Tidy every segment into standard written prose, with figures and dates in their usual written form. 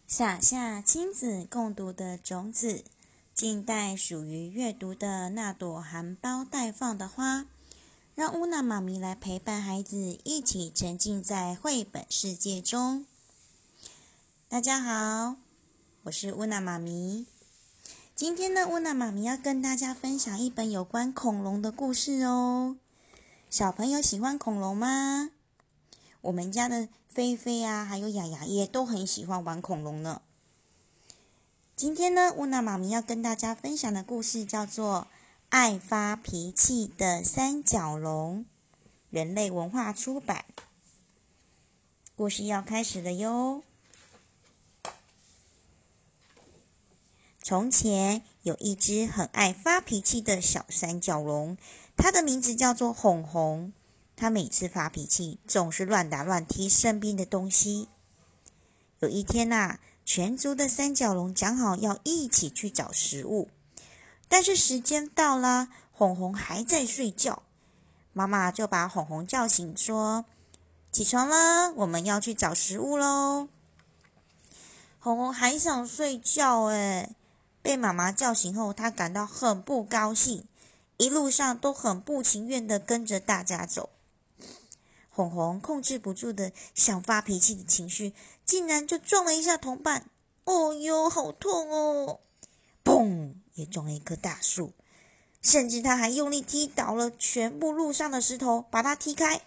撒下亲子共读的种子，静待属于阅读的那朵含苞待放的花。让乌娜妈咪来陪伴孩子一起沉浸在绘本世界中。大家好，我是乌娜妈咪。今天呢，乌娜妈咪要跟大家分享一本有关恐龙的故事哦。小朋友喜欢恐龙吗？我们家的菲菲啊，还有雅雅也都很喜欢玩恐龙呢。今天呢，乌娜妈咪要跟大家分享的故事叫做《爱发脾气的三角龙》，人类文化出版。故事要开始了哟。从前有一只很爱发脾气的小三角龙，它的名字叫做红红。它每次发脾气总是乱打乱踢身边的东西。有一天啊，全族的三角龙讲好要一起去找食物，但是时间到了，红红还在睡觉。妈妈就把红红叫醒，说：“起床了，我们要去找食物喽。”红红还想睡觉被妈妈叫醒后，他感到很不高兴，一路上都很不情愿地跟着大家走。红红控制不住的想发脾气的情绪，竟然就撞了一下同伴。哦哟，好痛哦！砰，也撞了一棵大树，甚至他还用力踢倒了全部路上的石头，把它踢开。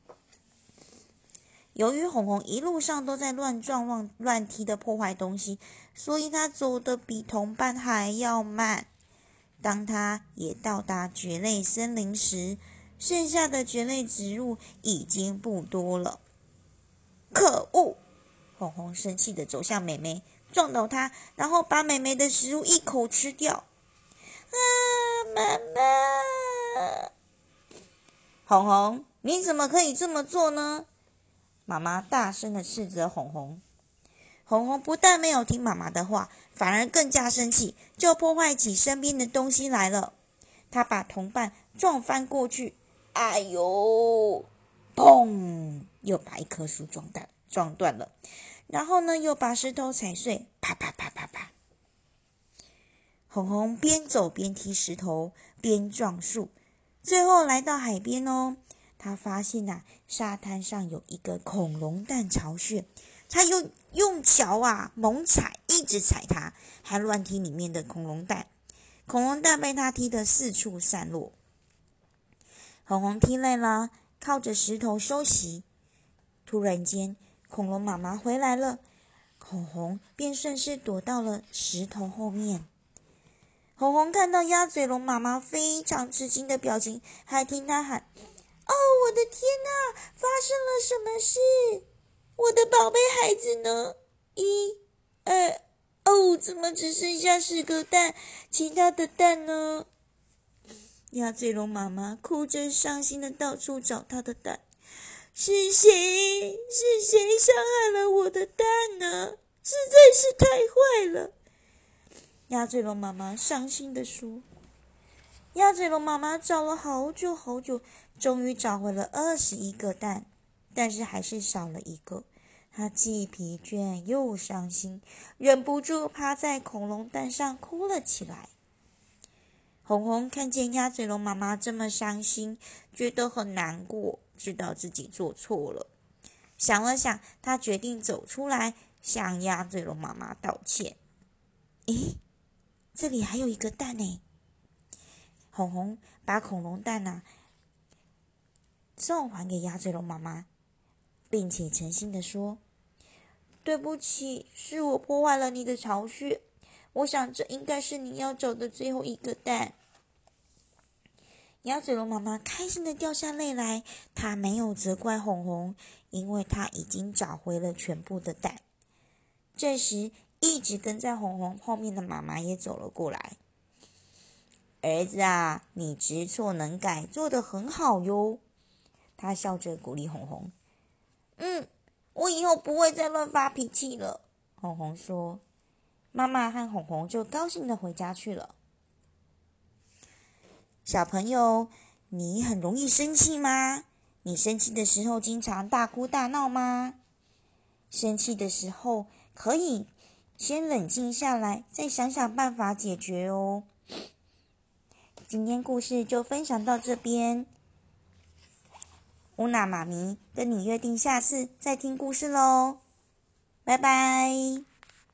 由于红红一路上都在乱撞乱踢的破坏东西，所以他走得比同伴还要慢。当他也到达蕨类森林时，剩下的蕨类植物已经不多了。可恶！红红生气地走向妹妹，撞倒她，然后把妹妹的食物一口吃掉。妈妈！红红，你怎么可以这么做呢？妈妈大声地斥责红红。红红不但没有听妈妈的话，反而更加生气，就破坏起身边的东西来了。他把同伴撞翻过去，哎呦！砰！又把一棵树撞断了，然后呢，又把石头踩碎，啪啪啪啪啪。红红边走边踢石头，边撞树，最后来到海边哦。他发现沙滩上有一个恐龙蛋巢穴，他又用脚猛踩，一直踩它，还乱踢里面的恐龙蛋。恐龙蛋被他踢得四处散落。红红踢累了，靠着石头休息。突然间，恐龙妈妈回来了，红红便顺势躲到了石头后面。红红看到鸭嘴龙妈妈非常吃惊的表情，还听她喊：“哦，我的天哪，发生了什么事？我的宝贝孩子呢？一、二，怎么只剩下10个蛋？其他的蛋呢？”鸭嘴龙妈妈哭着伤心的到处找她的蛋。是谁伤害了我的蛋呢？实在是太坏了！鸭嘴龙妈妈伤心地说。鸭嘴龙妈妈找了好久好久，终于找回了21个蛋，但是还是少了一个。她既疲倦又伤心，忍不住趴在恐龙蛋上哭了起来。红红看见鸭嘴龙妈妈这么伤心，觉得很难过，知道自己做错了。想了想，她决定走出来，向鸭嘴龙妈妈道歉。诶，这里还有一个蛋呢。红红把恐龙蛋送还给鸭嘴龙妈妈，并且诚心地说：“对不起，是我破坏了你的巢穴。我想这应该是你要找的最后一个蛋。”鸭嘴龙妈妈开心地掉下泪来，她没有责怪红红，因为她已经找回了全部的蛋。这时，一直跟在红红后面的妈妈也走了过来。儿子你知错能改，做得很好哟。她笑着鼓励红红。我以后不会再乱发脾气了，红红说。妈妈和红红就高兴地回家去了。小朋友，你很容易生气吗？你生气的时候经常大哭大闹吗？生气的时候可以先冷静下来，再想想办法解决哦。今天故事就分享到这边，乌娜妈咪跟你约定下次再听故事喽，拜拜。